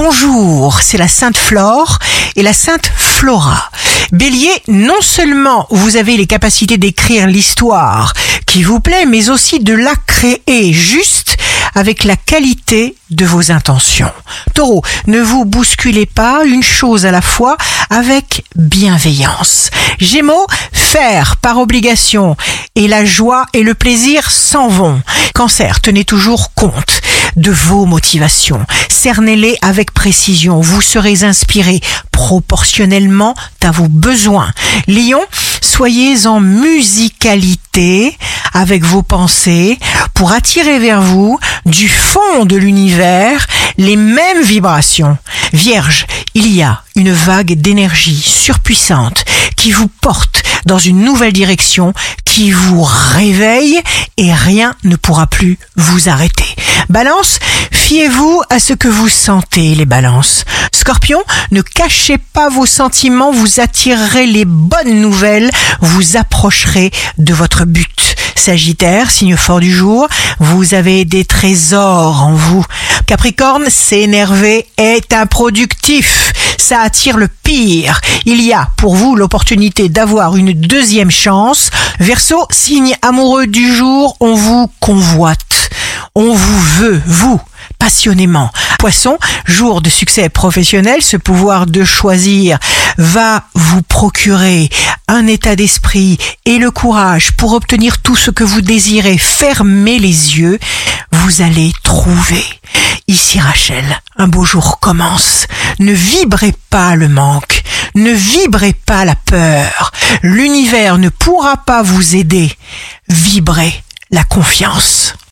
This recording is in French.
bonjour, c'est la Sainte Flore et la Sainte Flora. Bélier, non seulement vous avez les capacités d'écrire l'histoire qui vous plaît, mais aussi de la créer juste avec la qualité de vos intentions. Taureau, ne vous bousculez pas, une chose à la fois, avec bienveillance. Gémeaux, faire par obligation et la joie et le plaisir s'en vont. Cancer, tenez toujours compte de vos motivations. Cernez-les avec précision. Vous serez inspiré proportionnellement à vos besoins. Lion, soyez en musicalité avec vos pensées pour attirer vers vous, du fond de l'univers, les mêmes vibrations. Vierge, il y a une vague d'énergie surpuissante qui vous porte dans une nouvelle direction, qui vous réveille et rien ne pourra plus vous arrêter. Balance, fiez-vous à ce que vous sentez, les balances. Scorpion, ne cachez pas vos sentiments, vous attirerez les bonnes nouvelles, vous approcherez de votre but. Sagittaire, signe fort du jour, vous avez des trésors en vous. Capricorne, s'énerver est improductif, ça attire le pire. Il y a pour vous l'opportunité d'avoir une deuxième chance. Verseau, signe amoureux du jour, on vous convoite, on vous veut, vous, passionnément. Poisson, jour de succès professionnel, ce pouvoir de choisir va vous procurer un état d'esprit et le courage pour obtenir tout ce que vous désirez. Fermez les yeux, vous allez trouver. Ici Rachel, un beau jour commence. Ne vibrez pas le manque, ne vibrez pas la peur. L'univers ne pourra pas vous aider. Vibrez la confiance.